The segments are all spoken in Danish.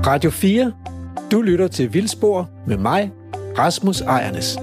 Radio 4. Du lytter til Vildspor med mig, Rasmus Ejernes.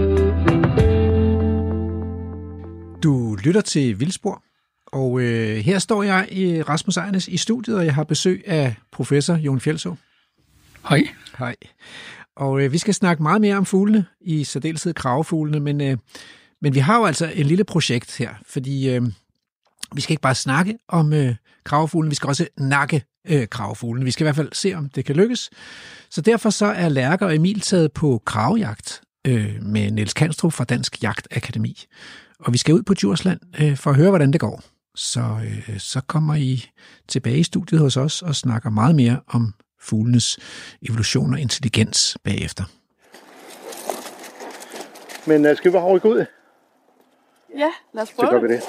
Du lytter til Vildspor, og her står jeg, Rasmus Ejernes, i studiet, og jeg har besøg af professor Jon Fjeldså. Hej. Hej. Og vi skal snakke meget mere om fuglene, i særdeleshed kragefuglene, men vi har jo altså et lille projekt her, fordi vi skal ikke bare snakke om kragefuglene, vi skal også nakke kragefuglene. Vi skal i hvert fald se, om det kan lykkes. Så derfor så er Lærke og Emil taget på kragejagt med Niels Kanstrup fra Dansk Jagtakademi. Og vi skal ud på Djursland for at høre, hvordan det går. Så kommer I tilbage i studiet hos os og snakker meget mere om fuglenes evolution og intelligens bagefter. Men skal vi bare rykke ud? Ja, lad os prøve Så gør vi det.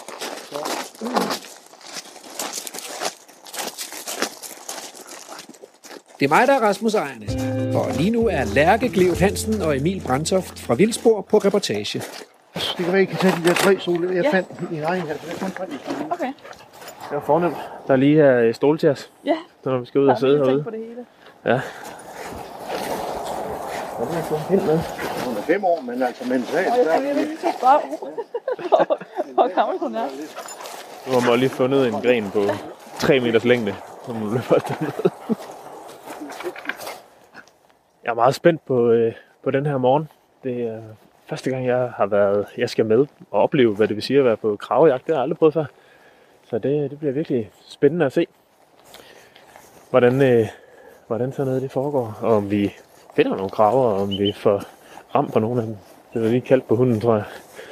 Det er mig, der er Rasmus Ejernes. Og lige nu er Lærke Glev Hansen og Emil Brandtoft fra Vildspor på reportage. Det kan være, I kan tage de der tre stole, jeg fandt i en egen her. Okay. Det var fornemt. Der lige er stole til os, Ja, så når vi skal ud og sidde herude. på det hele. Ja. Og det er så helt med. Hun er 5 år, men altså mentalt. Jeg vil lige se hvor gammel hun er. Nu har man lige fundet en gren på 3 meters længde, som hun løber afsted med. Jeg er meget spændt på den her morgen. Det er første gang, jeg skal med og opleve, hvad det vil sige at være på kragejagt. Det har jeg aldrig prøvet før. Så det bliver virkelig spændende at se, hvordan sådan noget det foregår. Og om vi finder nogle krager, og om vi får ramt på nogle af dem. Det er lige kaldt på hunden, tror jeg.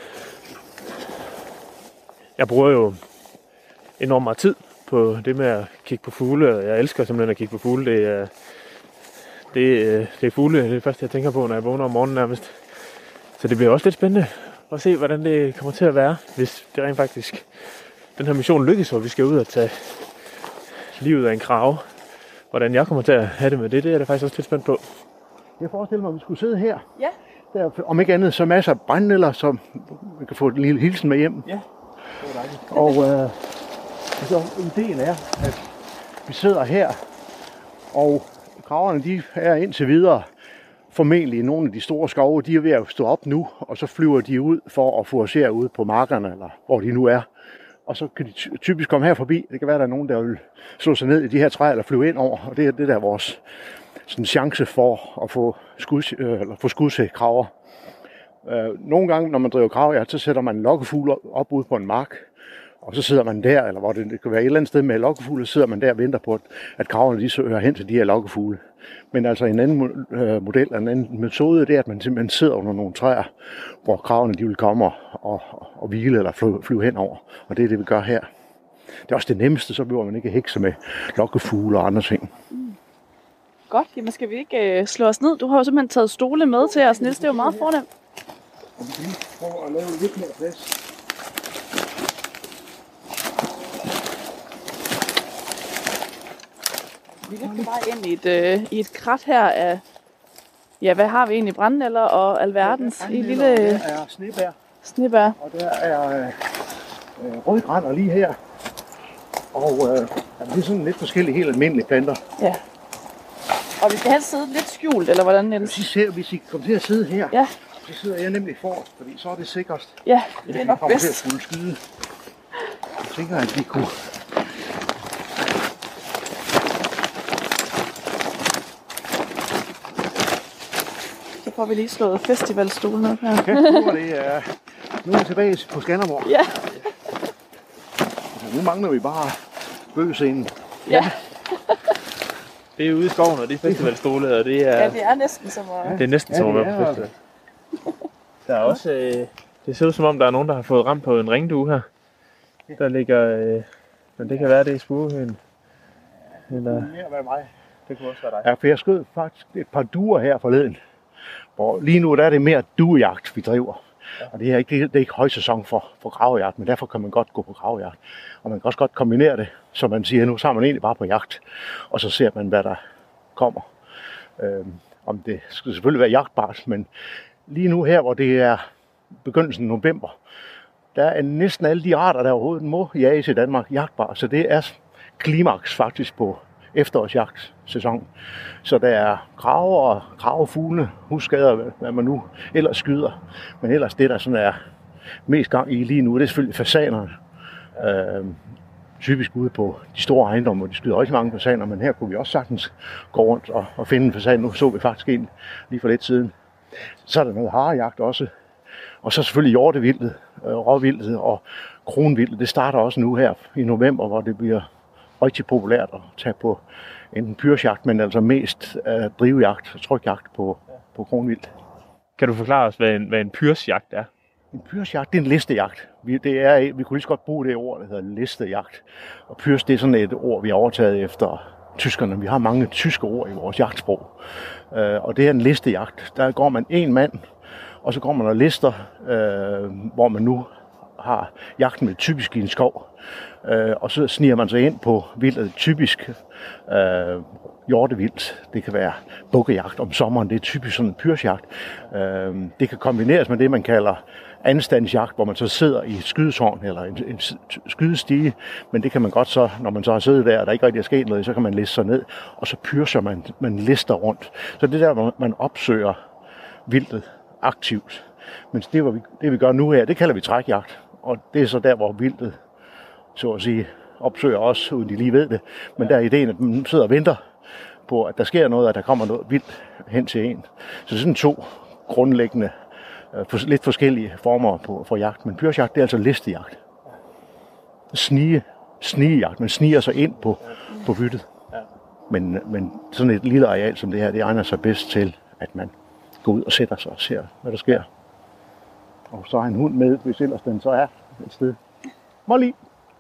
Jeg bruger jo enormt meget tid på det med at kigge på fugle, og jeg elsker simpelthen at kigge på fugle. Det er fugle, det er det første, jeg tænker på, når jeg vågner om morgenen nærmest. Så det bliver også lidt spændende at se, hvordan det kommer til at være, hvis det rent faktisk den her mission lykkes, hvor vi skal ud og tage livet af en krage. Hvordan jeg kommer til at have det med det er jeg da faktisk også lidt spændt på. Jeg forestiller mig, at vi skulle sidde her. Ja. Der, om ikke andet, så masser af brændenælder, som vi kan få en lille hilsen med hjem. Ja, det er dejligt. Og så ideen er, at vi sidder her, og kragerne, de er indtil videre formentlig i nogle af de store skove. De er ved at stå op nu, og så flyver de ud for at foragere ud på markerne, eller hvor de nu er. Og så kan de typisk komme her forbi. Det kan være, at der er nogen, der vil slå sig ned i de her træer eller flyve ind over. Og det er det, der er vores sådan, chance for at få skud til krager. Nogle gange, når man driver kragejagt, så sætter man lokkefugle op ude på en mark. Og så sidder man der, eller hvor det kan være et eller andet sted med lokkefugle, så sidder man der og venter på, at kragerne de søger hen til de her lokkefugle. Men altså en anden model, en anden metode, det er, at man simpelthen sidder under nogle træer, hvor kragerne de vil komme og hvile eller flyve henover. Og det er det, vi gør her. Det er også det nemmeste, så behøver man ikke hekse med lokkefugle og andre ting. Godt, jamen skal vi ikke slå os ned? Du har jo simpelthen taget stole med til os, Niels. Det er jo meget fornemt. Og vi kan lige prøve at lave lidt mere plads. Vi er på vej ind i et krat her af, ja, hvad har vi egentlig? Brændenælder og alverdens i lille Der er snebær, snebær. og der er rødgrænder lige her. Og det er sådan lidt forskellige, helt almindelige planter. Ja. Og vi skal helst sidde lidt skjult, eller hvordan, Niels? Hvis I kommer til at sidde her, Ja. så sidder jeg nemlig forrest, fordi så er det sikrest. Ja, det er nok kommer til at bedst. skulle skyde. Jeg tænker, at vi kunne... Så får vi lige slået festivalstolen op her. Ja, nu er det tilbage på Skanderborg. Ja. Nu mangler vi bare bøgescenen. Ja. Det er ude i skoven, og det er festivalstole, og det er... Ja, det er næsten som at... Det er næsten som at være på festival. Der er også... det ser ud som om, der er nogen, der har fået ramt på en ringdue her. Der ligger... men det kan være, det er spurvehøen. Eller... Det mere være mig. Det kunne også være dig. Ja, for jeg skød faktisk et par duer her forleden. Hvor lige nu der er det mere duejagt, vi driver. Ja. Og det er ikke højsæson for kragejagt, men derfor kan man godt gå på kragejagt. Og man kan også godt kombinere det, så man siger, nu så er man egentlig bare på jagt, og så ser man, hvad der kommer. Om det skal selvfølgelig være jagtbart, men lige nu her, hvor det er begyndelsen af november, der er næsten alle de arter, der overhovedet må jages i Danmark, jagtbare. Så det er klimaks faktisk på efterårsjagtsæson. Så der er krager og kragefugle, husskader, hvad man nu ellers skyder. Men ellers det, der sådan er mest gang i lige nu, det er selvfølgelig fasanerne. Typisk ude på de store ejendomme, hvor de skyder rigtig mange fasaner, men her kunne vi også sagtens gå rundt og finde en fasan. Nu så vi faktisk en lige for lidt siden. Så er der noget harejagt også. Og så selvfølgelig hjortevildtet, råvildtet og kronvildtet. Det starter også nu her i november, hvor det bliver rigtig populært at tage på enten pyrsjagt, men altså mest drivjagt, trykjagt på kronvildt. Kan du forklare os, hvad en pyrsjagt er? En pyrsjagt, det er en listejagt. Vi kunne lige så godt bruge det ord, der hedder listejagt. Og pyrs, det er sådan et ord, vi har overtaget efter tyskerne. Vi har mange tyske ord i vores jagtsprog. Og det er en listejagt. Der går man en mand, og så går man og lister, hvor man nu har jagten med typisk i en skov. Og så sniger man sig ind på vildtet, typisk hjortevildt. Det kan være bukkejagt om sommeren, det er typisk sådan en pyrsjagt. Det kan kombineres med det, man kalder anstandsjagt, hvor man så sidder i et skydetårn eller en skydestige, men det kan man godt så, når man så har siddet der, og der ikke rigtig er sket noget, så kan man liste sig ned, og så pyrser man lister rundt. Så det der, hvor man opsøger vildtet aktivt. Men det vi gør nu her, det kalder vi trækjagt, og det er så der, hvor vildtet, så at sige, opsøger os, uden de lige ved det. Men der er ideen, at man sidder og venter på, at der sker noget, at der kommer noget vildt hen til en. Så det er sådan to grundlæggende, lidt forskellige former for jagt. Men pyrsjagt, det er altså listejagt. Snigejagt. Man sniger sig ind på byttet. Men sådan et lille areal som det her, det egner sig bedst til, at man går ud og sætter sig og ser, hvad der sker. Og så har en hund med, hvis ellers den så er et sted. Molly!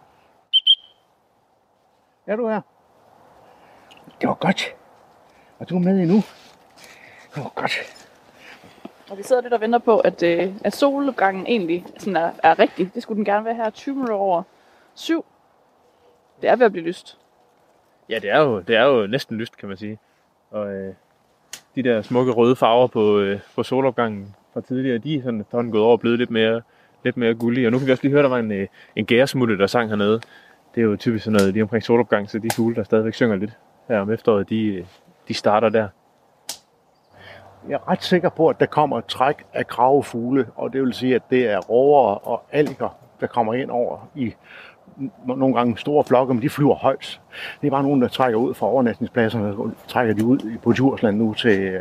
Er du her? Det var godt. Og du er med endnu. Det var godt. Og vi sidder lidt og venter på, at solopgangen egentlig sådan er rigtig. Det skulle den gerne være her 20 minutter over 7. Det er ved at blive lyst. Ja, det er jo næsten lyst, kan man sige. Og de der smukke røde farver på solopgangen fra tidligere, de er sådan efterhånden gået over og blevet lidt mere gullige. Og nu kan vi også lige høre, der var en gæresmutte, der sang hernede. Det er jo typisk sådan noget lige omkring solopgang, så de fugle, der stadigvæk synger lidt her om efteråret, de starter der. Jeg er ret sikker på, at der kommer et træk af kragefugle, og det vil sige, at det er råger og alliker, der kommer ind over i nogle gange store flokke, men de flyver højt. Det er bare nogen, der trækker ud fra overnatningspladserne, og trækker de ud på Djursland nu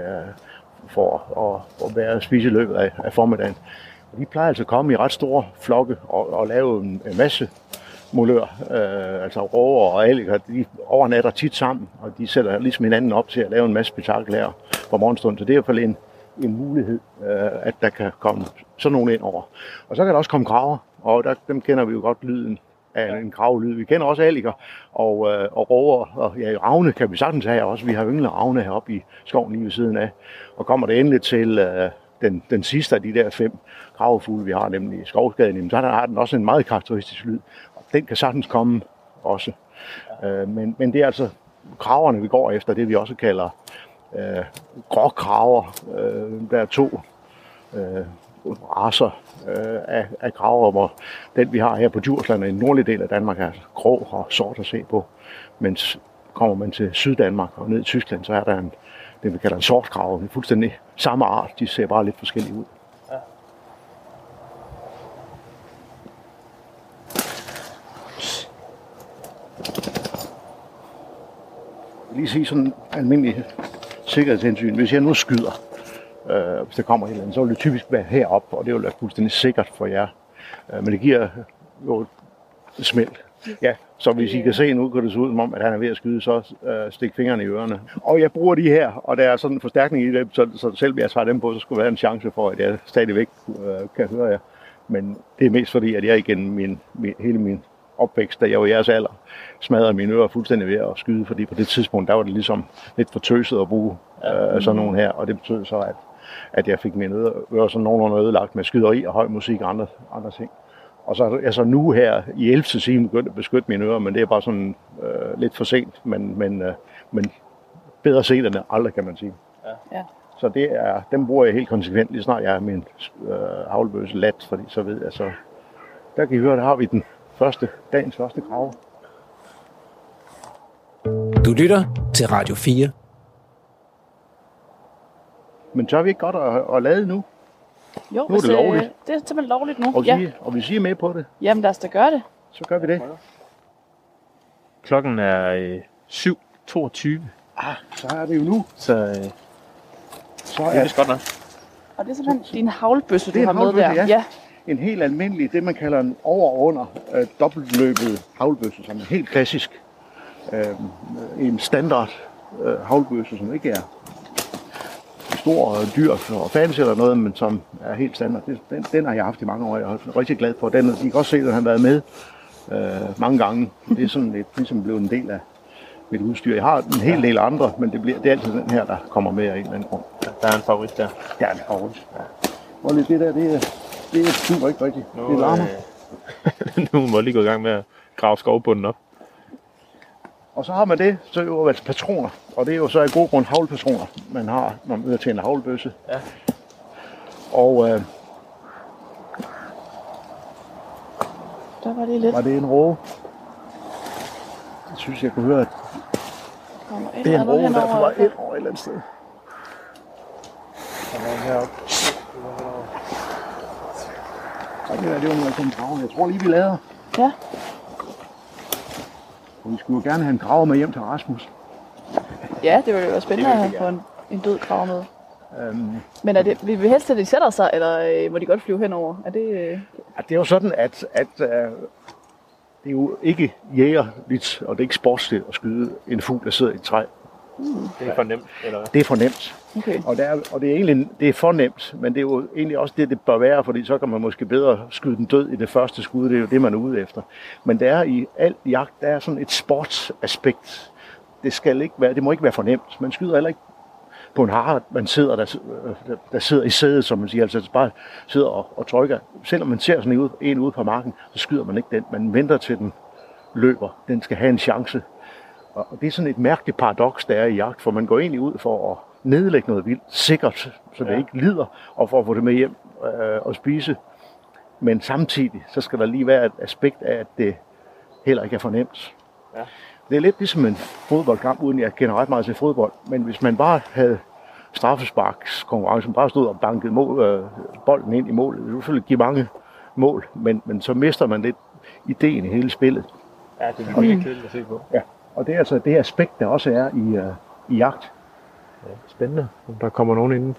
for at være at spise i løbet af formiddagen. De plejer altså at komme i ret store flokke og lave en masse molør, altså råger og alliker, de overnatter tit sammen, og de sætter ligesom hinanden op til at lave en masse spektakel her på morgenstunden. Så det er i hvert fald en mulighed, at der kan komme sådan nogen ind over. Og så kan der også komme krager, og dem kender vi jo godt lyden af en kravelyd. Vi kender også alliker og råger, og ja, ravne kan vi sagtens have også. Vi har ynglende ravne heroppe i skoven lige ved siden af. Og kommer det endelig til den sidste af de der 5 kragefugle, vi har, nemlig skovskaden, så har den også en meget karakteristisk lyd. Den kan sagtens komme også. Men det er altså kragerne, vi går efter, det vi også kalder gråkrager. Der er 2 racer af krager, hvor den vi har her på Djursland i den nordlige del af Danmark er grå og sort at se på. Mens kommer man til Syddanmark og ned i Tyskland, så er der det vi kalder en sort krager. Det er fuldstændig samme art, de ser bare lidt forskellige ud. Lige sige sådan en almindelig sikkerhedshensyn. Hvis jeg nu skyder, hvis der kommer et eller andet, så vil det typisk være heroppe, og det vil være fuldstændig sikkert for jer. Men det giver jo et smæld. Ja, så hvis I kan se nu, kan det se ud som om, at han er ved at skyde, så stik fingrene i ørerne. Og jeg bruger de her, og der er sådan en forstærkning i dem, så selv hvis jeg tager dem på, så skulle der være en chance for, at jeg stadigvæk kan høre jer. Men det er mest fordi, at jeg igennem hele min opvækst, da jeg var jeres alder, smadrede mine ører fuldstændig ved at skyde, fordi på det tidspunkt, der var det ligesom lidt for tøset at bruge sådan nogle her, og det betød så, at jeg fik mine ører sådan nogenlunde ødelagt med skyderi og høj musik og andre ting. Og så er jeg så nu her i 11. time begyndt at beskytte mine ører, men det er bare sådan lidt for sent, men bedre sent end aldrig, kan man sige. Ja. Så dem bruger jeg helt konsekvent, lige snart jeg har min haglbøsse lat, fordi så ved jeg så, der kan I høre, der har vi dagens første krage. Du lytter til Radio 4. Men tør vi ikke godt at lade nu? Jo, Nu er det lovligt. Det er simpelthen lovligt nu. Og hvis I er med på det, Jamen lad os da gøre det. så gør vi det. Klokken er 7:22, Så er det jo nu. så Så det er er vist godt nok. Og det er simpelthen din havlbøsse, Det du er har en med der. havlbøsse, ja. Ja. en helt almindelig, det man kalder en over- og under dobbeltløbet havlbøsse, som er helt klassisk. En standard havlbøsse, som ikke er stor og dyr og fancy eller noget, men som er helt standard. Den har jeg haft i mange år, jeg er rigtig glad for. I kan også se, at den har været med mange gange. Det er sådan lidt ligesom blevet en del af mit udstyr. Jeg har en hel del andre, men det er altid den her, der kommer med af en eller anden grund. Der er en favorit der. Ja, det er favorit. Og det der, det er super ikke rigtigt. Det larmer. Nu må jeg lige gå i gang med at grave skovbunden op. Og så har man det, så er det jo altså patroner. Og det er jo så af god grund havlpatroner, man har, når man møder til en havlbøsse. Ja. Og Der var det lidt. var det en råge? Jeg synes, jeg kunne høre, at det er en råge, der er på vej ind over et eller andet sted. Der er en heroppe. Så kan det jo noget som graver. Jeg tror lige, vi lader. Ja. Og vi skulle jo gerne have en graver med hjem til Rasmus. Ja, det ville jo være spændende Det vil at vi få en død krav med. Men Men vil vi helst, at de sætter sig, eller må de godt flyve henover? Er det... det er jo sådan, at det er jo ikke jægerligt, og det er ikke sportsligt at skyde en fugl, der sidder i et træ. Det er for nemt, eller hvad? Det er for nemt. Okay. Og det er egentlig det er for nemt, men det er jo egentlig også det bør være, fordi så kan man måske bedre skyde den død i det første skud. Det er jo det, man er ude efter. Men der er i alt jagt, der er sådan et sportsaspekt. Det må ikke være for nemt. Man skyder heller ikke på en hare, man sidder, der sidder i sædet, som man siger. Altså bare sidder og trykker. Selvom man ser sådan en ude på marken, så skyder man ikke den. Man venter til den løber. Den skal have en chance. Og det er sådan et mærkeligt paradoks, der er i jagt, for man går egentlig ud for at nedlægge noget vildt sikkert, så det ikke lider, og for at få det med hjem og spise. Men samtidig, så skal der lige være et aspekt af, at det heller ikke er for nemt. Ja. Det er lidt ligesom en fodboldkamp, uden jeg kender ret meget til fodbold, men hvis man bare havde straffesparkskonkurrence, som bare stod og bankede bolden ind i målet, det ville selvfølgelig give mange mål, men så mister man lidt ideen i hele spillet. Ja, det er virkelig kedeligt at se på. Ja. Og det er altså det aspekt, der også er i jagt. Ja, spændende. Om der kommer nogen inden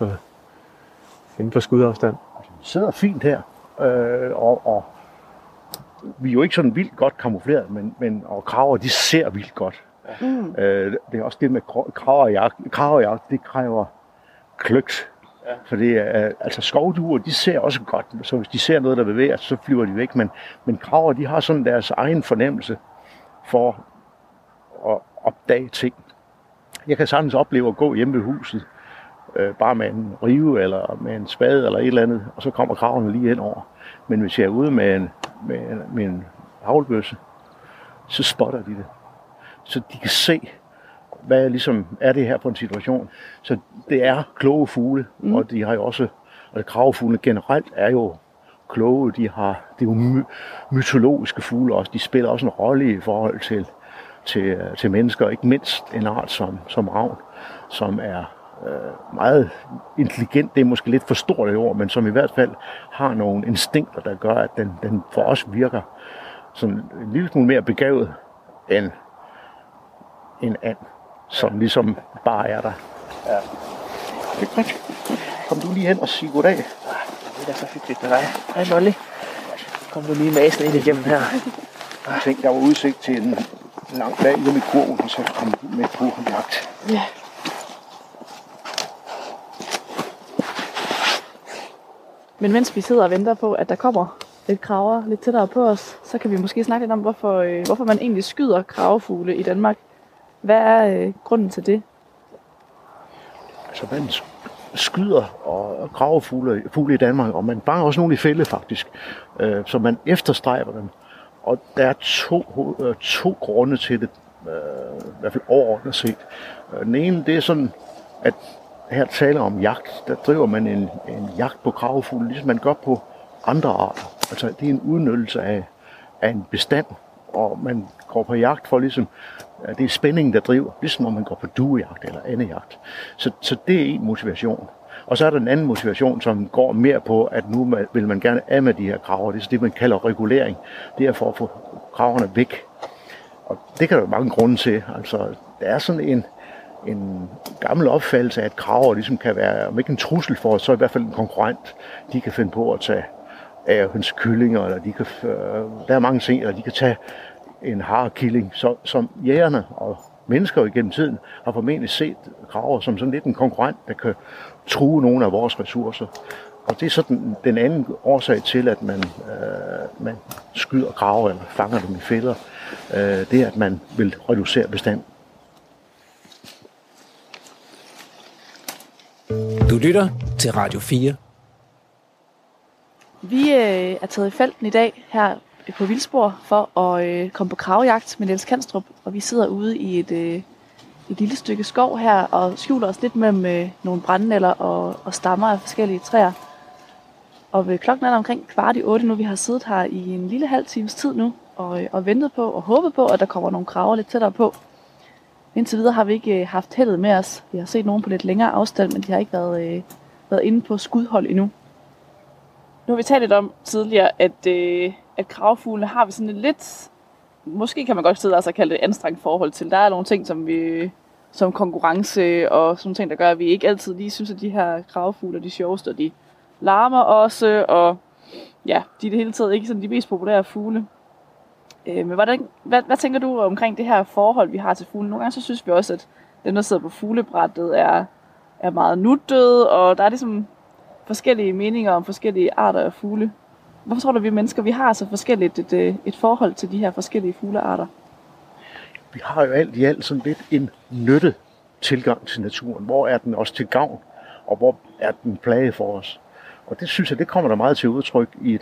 for skudafstand. Altså, vi sidder fint her, og vi er jo ikke sådan vildt godt kamufleret, og kraver, de ser vildt godt. Mm. Det er også det med kraverjagt, det kræver kløgt. Ja. For det er, altså skovduer, de ser også godt, så hvis de ser noget, der bevæger sig, så flyver de væk. Men kraver, de har sådan deres egen fornemmelse for at opdage ting. Jeg kan sagtens opleve at gå hjemme ved huset, bare med en rive eller med en spade eller et eller andet, og så kommer kravene lige ind over. Men hvis jeg er ude med en havlbøsse, så spotter de det. Så de kan se, hvad ligesom er det her på en situation. Så det er kloge fugle, og de har jo også, og kravfugle generelt er jo kloge. Det er jo mytologiske fugle også. De spiller også en rolle i forhold til mennesker, ikke mindst en art som ravn, som er meget intelligent. Det er måske lidt for stort et ord, men som i hvert fald har nogle instinkter, der gør, at den for os virker sådan en lille smule mere begavet end en and, som ligesom bare er der. Ja. Det er godt. Kom du lige hen og sig goddag. Det er da så hyggeligt med dig. Hej Molly. Kom du lige masen ind igennem her. Jeg tænkte, der var udsigt til en lang dag hjemme i kurven, og så kom du med på jagt. Ja. Men mens vi sidder og venter på, at der kommer lidt kraver lidt tættere på os, så kan vi måske snakke lidt om, hvorfor man egentlig skyder kravefugle i Danmark. Hvad er grunden til det? Altså man skyder og kravefugle i Danmark, og man fanger også nogle i fælde faktisk, så man efterstræber dem. Og der er to grunde til det, i hvert fald overordnet set. Den ene, det er sådan, at her taler om jagt, der driver man en jagt på kravefugle, ligesom man gør på andre arter. Altså det er en udnyttelse af en bestand, og man går på jagt for ligesom, det er spændingen, der driver, ligesom når man går på duejagt eller andejagt. Så det er en motivation. Og så er der en anden motivation, som går mere på, at nu vil man gerne af med de her kraver. Det er det, man kalder regulering. Det er for at få kraverne væk. Og det kan der være mange grunde til. Altså, der er sådan en gammel opfattelse af, at kraver ligesom kan være, om ikke en trussel for os, så i hvert fald en konkurrent. De kan finde på at tage agerhønskyllinger, eller der er mange ting, eller de kan tage en harekilling, som jægerne og mennesker igennem tiden har formentlig set kraver som sådan lidt en konkurrent, der kan true nogle af vores ressourcer. Og det er sådan den anden årsag til, at man skyder kraver eller fanger dem i fælder. Det er, at man vil reducere bestanden. Du lytter til Radio 4. Vi er taget i felten i dag her på Vildspor for at komme på kravejagt med Niels Kanstrup, og vi sidder ude i et lille stykke skov her og skjuler os lidt mellem nogle brændenælder og stammer af forskellige træer. Og klokken er omkring 7:15 nu. Vi har siddet her i en lille halv times tid nu og ventet på og håbet på, at der kommer nogle kraver lidt tættere på. Indtil videre har vi ikke haft heldet med os. Vi har set nogen på lidt længere afstand, men de har ikke været inde på skudhold endnu. Nu har vi talt lidt om tidligere, at kravefuglene har vi sådan et lidt, måske kan man godt sidde og kalde det anstrengt forhold til. Der er nogle ting, som konkurrence og sådan nogle ting, der gør, at vi ikke altid lige synes, at de her kravefugle er de sjoveste, og de larmer også, og ja, de er det hele taget ikke sådan de mest populære fugle. Men hvad tænker du omkring det her forhold, vi har til fugle? Nogle gange så synes vi også, at dem, der sidder på fuglebrættet, er meget nuttede, og der er ligesom forskellige meninger om forskellige arter af fugle. Hvorfor tror du, vi mennesker, vi har så forskelligt et forhold til de her forskellige fuglearter? Vi har jo alt i alt sådan lidt en nytte tilgang til naturen. Hvor er den også til gavn, og hvor er den plage for os? Og det synes jeg, det kommer der meget til udtryk i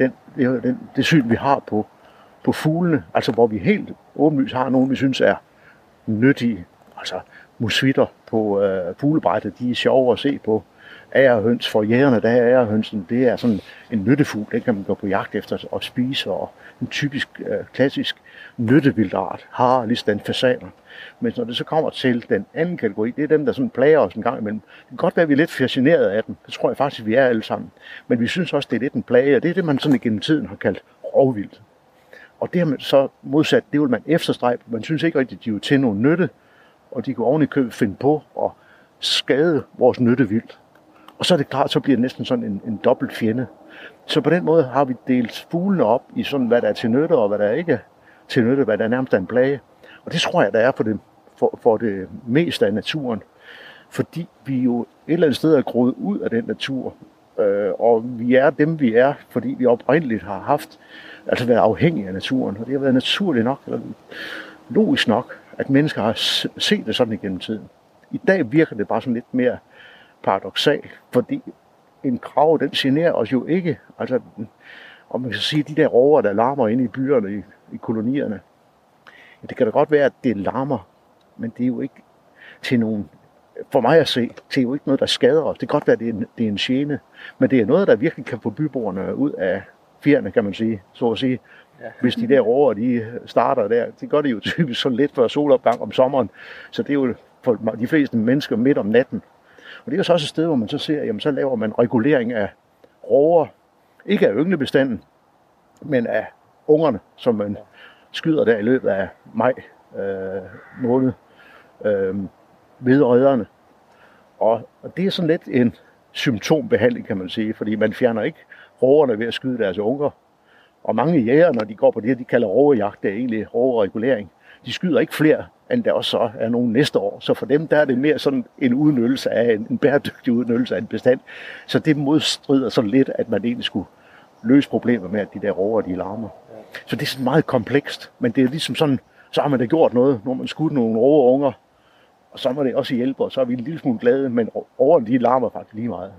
det syn, vi har på fuglene. Altså hvor vi helt åbenlyst har nogen, vi synes er nyttige. Altså musvitter på fuglebrættet, de er sjove at se på. Agerhøns for jægerne, der er agerhønsen, det er sådan en nyttefugl, den kan man gå på jagt efter og spise, og en typisk klassisk nyttevildart, har ligesom fasaner. Men når det så kommer til den anden kategori, det er dem, der sådan plager os en gang imellem. Det kan godt være, at vi er lidt fascineret af dem, det tror jeg faktisk, vi er alle sammen. Men vi synes også, det er lidt en plage, og det er det, man sådan gennem tiden har kaldt rovvildt. Og det har man så modsat, det vil man efterstræbe. Man synes ikke rigtigt, at de er til nogen nytte, og de kan oven i købet finde på at skade vores nyttevildt. Og så er det klart, så bliver det næsten sådan en dobbelt fjende. Så på den måde har vi delt fuglene op i sådan, hvad der er til nytte, og hvad der ikke er til nytte, hvad der nærmest er en plage. Og det tror jeg, der er for det meste af naturen. Fordi vi jo et eller andet sted er groet ud af den natur. Og vi er dem, vi er, fordi vi oprindeligt har været afhængige af naturen. Og det har været naturligt nok, eller logisk nok, at mennesker har set det sådan igennem tiden. I dag virker det bare sådan lidt mere paradoksalt, fordi en krage, den generer os jo ikke. Altså, om man kan sige, de der råger, der larmer inde i byerne, i kolonierne, det kan da godt være, at det larmer, men det er jo ikke til nogen, for mig at se, det er jo ikke noget, der skader os. Det kan godt være, at det er en gene, men det er noget, der virkelig kan få byboerne ud af fjerne, kan man sige, så at sige. Ja. Hvis de der råger, de starter der, det gør det jo typisk sådan lidt før solopgang om sommeren, så det er jo for de fleste mennesker midt om natten. Og det er jo så også et sted, hvor man så ser, jamen så laver man regulering af råger, ikke af ynglebestanden, men af ungerne, som man skyder der i løbet af maj måned ved rødderne. Og det er sådan lidt en symptombehandling, kan man sige, fordi man fjerner ikke rågerne ved at skyde deres unger. Og mange jæger, når de går på det, de kalder rågejagt, det er egentlig rågeregulering. De skyder ikke flere, end der også så er nogen næste år. Så for dem, der er det mere sådan en udnyttelse af en bæredygtig udnyttelse af en bestand. Så det modstrider så lidt, at man egentlig skulle løse problemer med, at de der råger, de larmer. Så det er sådan meget komplekst, men det er ligesom sådan, så har man da gjort noget, når man skudt nogle rågeunger, og så må det også hjælpe, og så er vi en lille smule glade, men rågerne, de larmer faktisk lige meget.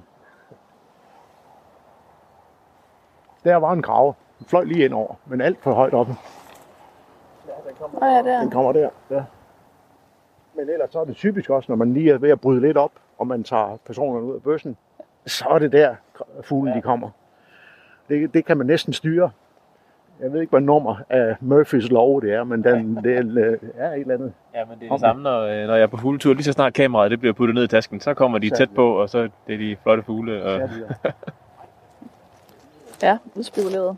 Der var en krage. Den fløj lige ind over, men alt for højt oppe. Den kommer der. Ja. Men ellers så er det typisk også, når man lige er ved at bryde lidt op, og man tager personerne ud af bøssen, så er det der, fuglen de kommer. Det kan man næsten styre. Jeg ved ikke, hvad nummer af Murphys lov det er, men det er et eller andet. Ja, men det er det samme, når jeg er på fugletur. Lige så snart kameraet det bliver puttet ned i tasken, så kommer de tæt på, og så det er de flotte fugle. Og... Ja, udspekuleret.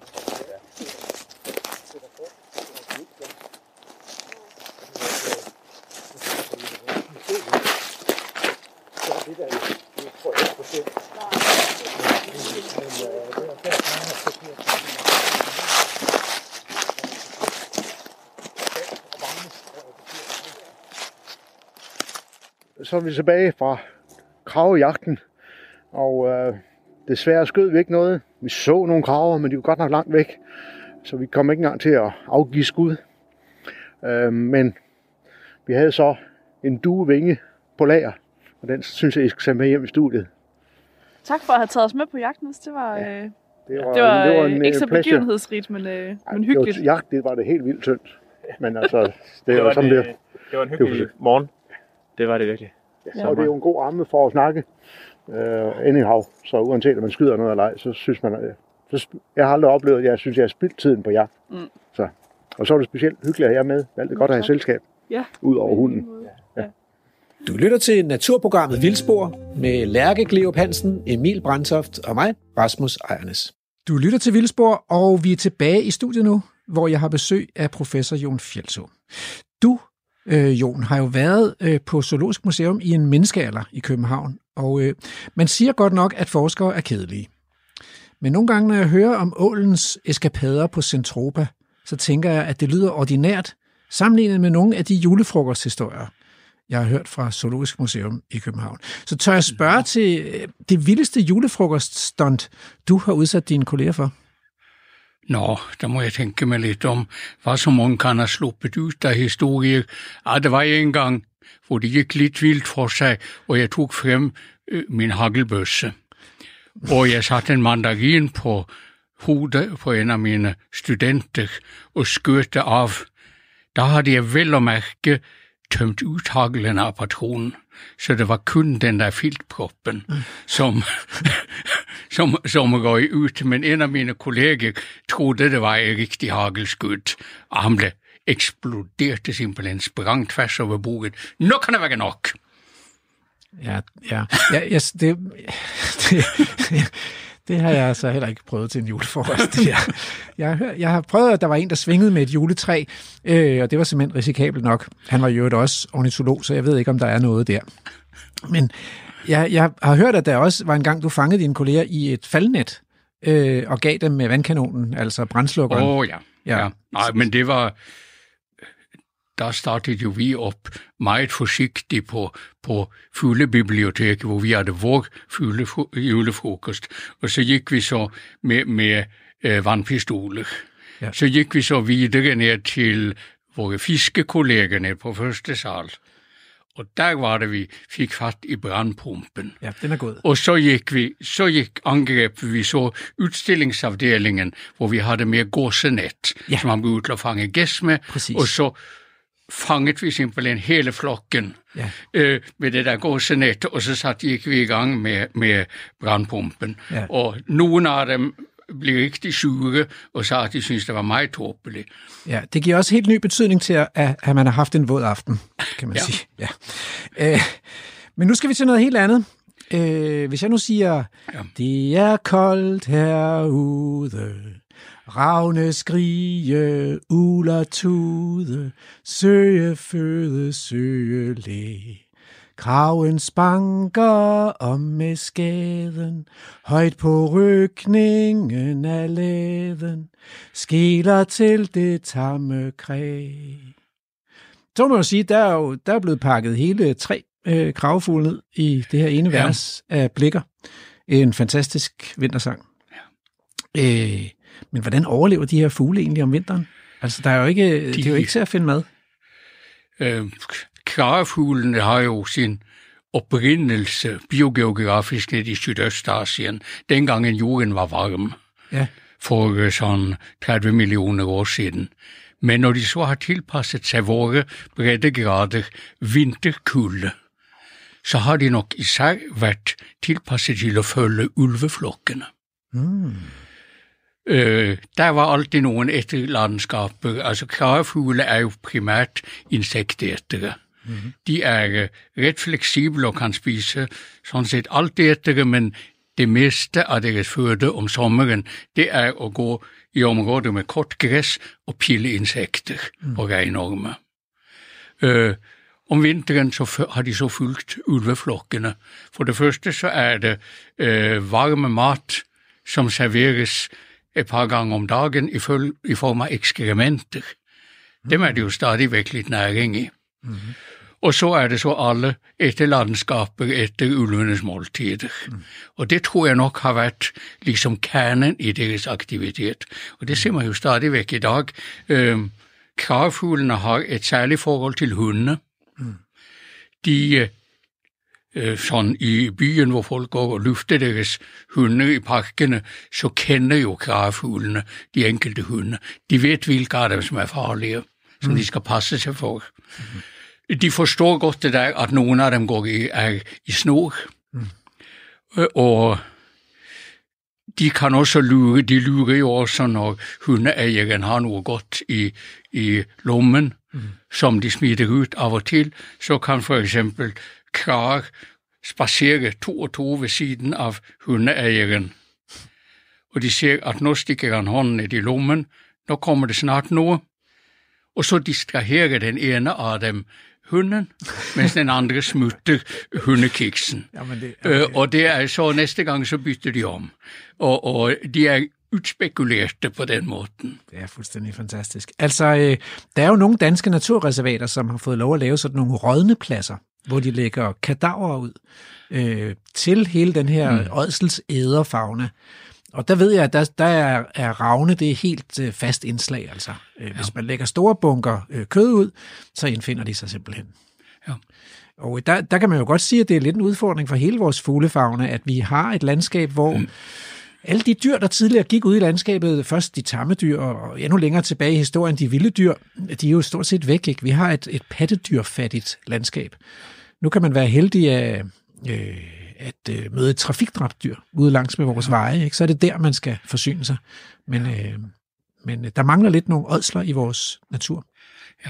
Så er vi tilbage fra kravejagten, og desværre skød vi ikke noget. Vi så nogle kraver, men de var godt nok langt væk, så vi kom ikke engang til at afgive skud. Men vi havde så en duevinge på lager, og den synes jeg, I skal tage med hjem i studiet. Tak for at have taget os med på jagten. Det var, det var en ikke så pleasure. begivenhedsrigt, men hyggeligt. Det var det helt vildt tyndt. Men altså, det var sådan det. Det var en hyggelig morgen. Det var det virkelig. Ja, og det er jo en god ramme for at snakke. Anyhow, så uanset om man skyder noget eller ej, så synes man, jeg har aldrig oplevet, at jeg synes, jeg har spildt tiden på jagt. Så. Og så er det specielt hyggeligt at have med. Det er godt at have selskab. Ja. Ud over hunden. Ja. Du lytter til naturprogrammet Vildspor med Lærke Gleup Hansen, Emil Brandtoft og mig, Rasmus Ejernes. Du lytter til Vildspor, og vi er tilbage i studiet nu, hvor jeg har besøg af professor Jon Fjeldså. Du, Jon, har jo været på Zoologisk Museum i en menneskealder i København, og man siger godt nok, at forskere er kedelige. Men nogle gange, når jeg hører om ålens eskapader på Zentropa, så tænker jeg, at det lyder ordinært, sammenlignet med nogle af de julefrokosthistorier, jeg har hørt fra Zoologisk Museum i København. Så tør jeg spørge til det vildeste julefrokoststunt, du har udsat dine kolleger for? Nå, der må jeg tænke mig lidt om, hvad så mange kan have sluppet ud af historie. Ja, det var en gang, hvor det gik lidt vildt for sig, og jeg tog frem min hagelbøsse. Og jeg satte en mandarin på hovedet på en af mine studenter og skød det af. Der havde jeg vel at mærke tømt ud haglen af patronen, så det var kun den der filtproppen, som røg ud. Men en af mine kolleger troede, det var et rigtig hagelskud, og han blev eksploderet simpelthen, sprang tværs over bordet. Nu kan det være nok! Ja, det har jeg så heller ikke prøvet til en julefrokost. Jeg har prøvet, at der var en, der svingede med et juletræ, og det var simpelthen risikabelt nok. Han var jo også ornitolog, så jeg ved ikke, om der er noget der. Men jeg har hørt, at der også var en gang, du fangede dine kolleger i et faldnet, og gav dem med vandkanonen, altså brandslukkeren. Ja. Nej, men det var... Der startede jo vi op meget forsigtigt på fuglebiblioteket, hvor vi havde vores julefrokost. Og så gik vi så med vandpistoler. Ja. Så gik vi så videre ned til vores fiskekolleger ned på første sal. Og der var det, vi fik fat i brandpumpen. Ja, den er god. Og så angreb vi så udstillingsafdelingen, hvor vi havde mere gåsenet, som man blev ud til at fange gæs med. Præcis. Og så fanget vi simpelthen hele flokken med det der gåsenet, og så gik vi i gang med brandpumpen. Ja. Og nogle af dem blev rigtig sure, og så at de synes det var meget tåbeligt. Ja, det giver også helt ny betydning til, at man har haft en våd aften, kan man sige. Ja. Men nu skal vi til noget helt andet. Hvis jeg nu siger, det er koldt herude, ravne skrige, uler tude, søge føde, søge læ. Kraven spanker om med skaden, højt på rykningen af læden, skiller til det tamme kræg. Så må man sige, der er blevet pakket hele 3 kravefugle ned i det her ene vers af Blikker. En fantastisk vintersang. Ja. Men hvordan overlever de her fugle egentlig om vinteren? Altså, der er jo ikke, det er jo ikke til at finde mad. Kravefuglene har jo sin oprindelse biogeografisk ned i Sydøstasien, dengang jorden var varm, for sådan 30 millioner år siden. Men når de så har tilpasset sig vore breddegrader vinterkulde, så har de nok især været tilpasset til at følge ulveflokkene. der var altid nogen efterladenskaber. Altså kragefugle er jo primært insektætere. Mm-hmm. De er ret fleksible og kan spise sådan set alt ætere, men det meste af deres føde om sommeren, det er at gå i områder med kort græs og pille insekter og regnorme. Om vinteren så har de så fulgt ulveflokkene. For det første så er det varme mat, som serveres et par gange om dagen i form af ekskrementer. Dem er det jo stadigvæk lidt næring i. Mm-hmm. Og så er det så alle efterladenskaber efter ulvenes måltider. Og det tror jeg nok har været ligesom kernen i deres aktivitet. Og det ser man jo stadigvæk i dag. Kragefuglene har et særligt forhold til hunde. De sådan i byen, hvor folk går og lufter deres hunde i parkene, så kender jo kragefuglene de enkelte hunde. De ved, hvilke af dem, som er farlige, som de skal passe sig for. De forstår godt det der, at nogle af dem går i snor. Og de kan også lure, de lurer jo også, når hundeejeren har noget godt i lommen, som de smider ud af og til, så kan for eksempel krage spacere 2 og 2 ved siden af hundeejeren. Og de ser, at nu stikker han hånden ned i lommen, nu kommer det snart noget, og så distraherer den ene af dem hunden, mens den andre smutter hundekiksen. Og det er så næste gang, så bytter de om. Og de er udspekulerte på den måten. Det er fuldstændig fantastisk. Altså, der er jo nogle danske naturreservater, som har fået lov at lave sådan nogle rådne pladser, hvor de lægger kadaver ud til hele den her ådselsæderfauna. Og der ved jeg, at der er ravne, det er helt fast indslag. Altså. Hvis man lægger store bunker kød ud, så indfinder de sig simpelthen. Ja. Og der kan man jo godt sige, at det er lidt en udfordring for hele vores fuglefauna, at vi har et landskab, hvor alle de dyr, der tidligere gik ud i landskabet, først de tamme dyr, og endnu længere tilbage i historien, de vilde dyr, de er jo stort set væk. Ikke? Vi har et pattedyrfattigt landskab. Nu kan man være heldig at møde et trafikdræbt dyr ude langs med vores veje, ikke? Så er det der, man skal forsyne sig. Men der mangler lidt nogle ådsler i vores natur. Ja.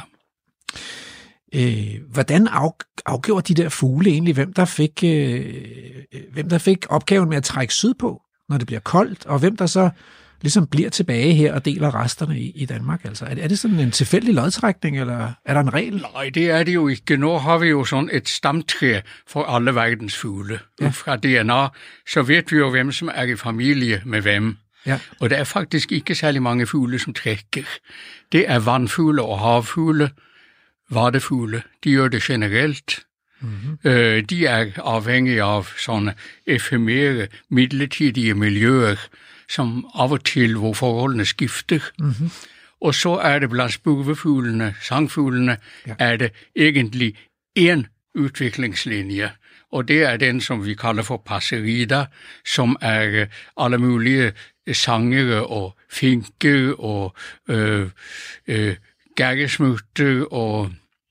Hvordan afgjorde de der fugle egentlig, hvem der fik opgaven med at trække sydpå, når det bliver koldt, og hvem der så ligesom bliver tilbage her og deler resterne i Danmark? Altså, er det sådan en tilfældig lodtrækning, eller er der en regel? Nej, det er det jo ikke. Nu har vi jo sådan et stamtræ for alle verdens fugle. Ja. Fra DNA, så ved vi jo, hvem som er i familie med hvem. Ja. Og der er faktisk ikke særlig mange fugle, som trækker. Det er vandfugle og havfugle, vadefugle. De gør det generelt. Mm-hmm. De er afhængige af sådan efemere, midlertidige miljøer, som af og til, hvor forholdene skifter. Mm-hmm. Og så er det blandt spurvefuglene, sangfuglene, er det egentlig en udviklingslinje. Og det er den, som vi kalder for passerida, som er alle mulige sangere og finker og gærgesmutter og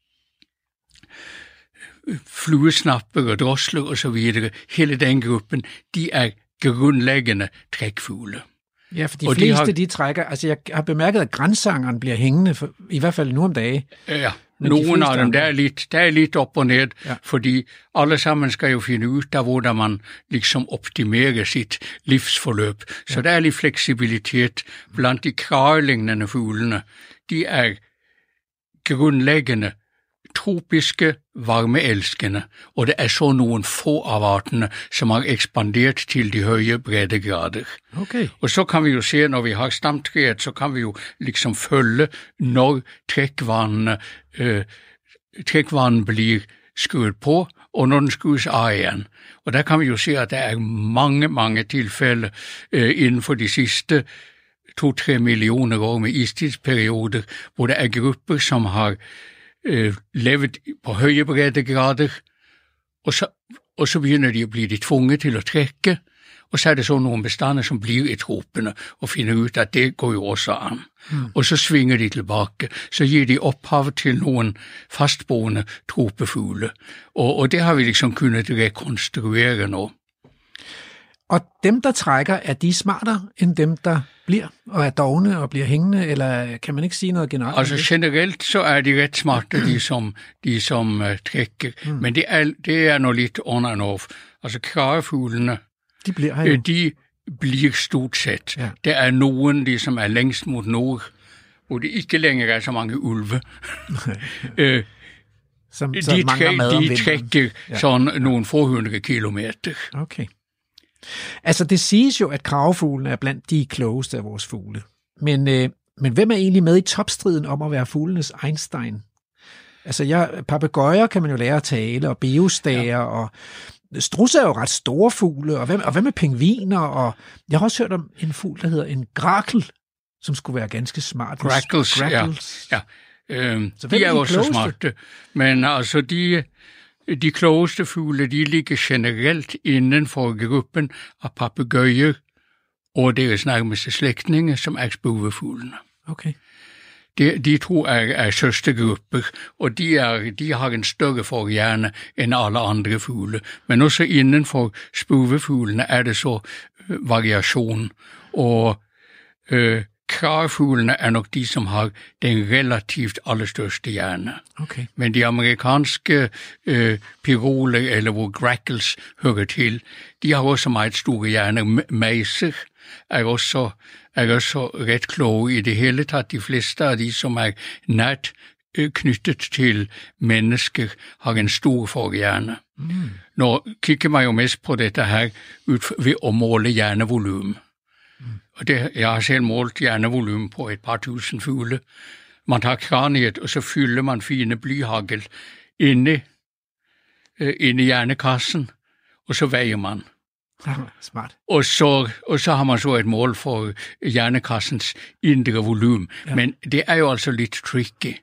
fluesnapper og drosler og så videre. Hele den gruppen, de er grundlæggende trækfugle. Ja, for de fleste, de trækker... Altså, jeg har bemærket, at grænsangeren bliver hængende, i hvert fald nu om dagen. Ja, nogle af dem, der er lidt op og ned, fordi alle sammen skal jo finde ud af, hvordan man ligesom optimerer sit livsforløb. Så der er lidt fleksibilitet blandt de kragelignende fuglene. De er grundlæggende tropiske, varmeelskende, og det er så nogle få af artene, som har ekspanderet til de høje breddegrader. Okay. Og så kan vi jo se, når vi har stamtræet, så kan vi jo liksom følge, når trækvanen bliver skruet på, og når den skrues af igen. Og der kan vi jo se, at der er mange tilfælde inden for de sidste 2-3 millioner år med istidsperioder, hvor der er grupper, som har levet på høje breddegrader, og så begynder de at blive tvunget til at trække, og så er det så nogle bestander, som bliver i tropene, og finder ud, at det går jo også an. Og så svinger de tilbage, så giver de ophav til nogle fastboende tropefugle. Og det har vi liksom kunnet rekonstruere nu. Og dem, der trækker, er de smartere end dem, der bliver og er dogne og bliver hængende, eller kan man ikke sige noget generelt? Altså generelt så er de ret smarte, de som trækker, men det er noget lidt on and off. Altså kragefuglene, de bliver her jo. De bliver stort set. Ja. Der er nogen, de som er længst mod nord, hvor det ikke længere er så mange ulve. De trækker sådan nogle få 100 kilometer. Okay. Altså, det siges jo, at kragefuglene er blandt de klogeste af vores fugle. Men hvem er egentlig med i topstriden om at være fuglenes Einstein? Altså, papegøjer kan man jo lære at tale, og beostager, og strudse er jo ret store fugle, og hvad med pingviner? Og jeg har også hørt om en fugl, der hedder en grakel, som skulle være ganske smart. Grackles. Ja. Så de er jo også smarte, men altså de klogeste fugle, de ligger generelt inden for gruppen af papegøjer og deres nærmeste slægtninge, som er spurvefuglene. Okay. De to er søstergrupper, og de har en større forhjerne end alle andre fugle. Men også inden for spurvefuglene er det så variation, og kragefuglene er nok de, som har den relativt allerstørste hjerne. Okay. Men de amerikanske piroler, eller hvor grackles hører til, de har også meget store hjerner. Mejser er også ret kloge i det hele taget. De fleste af de, som er nært knyttet til mennesker, har en stor forhjerne. Nå kigger man jo mest på dette her ved at måle hjernevolum. Og jeg har selv målt hjernevolum på et par tusind fugle. Man tager kraniet, og så fylder man fine blyhagel inde i hjernekassen, og så vejer man. Smart. Og så har man så et mål for hjernekassens indre volum. Ja. Men det er jo altså lidt tricky.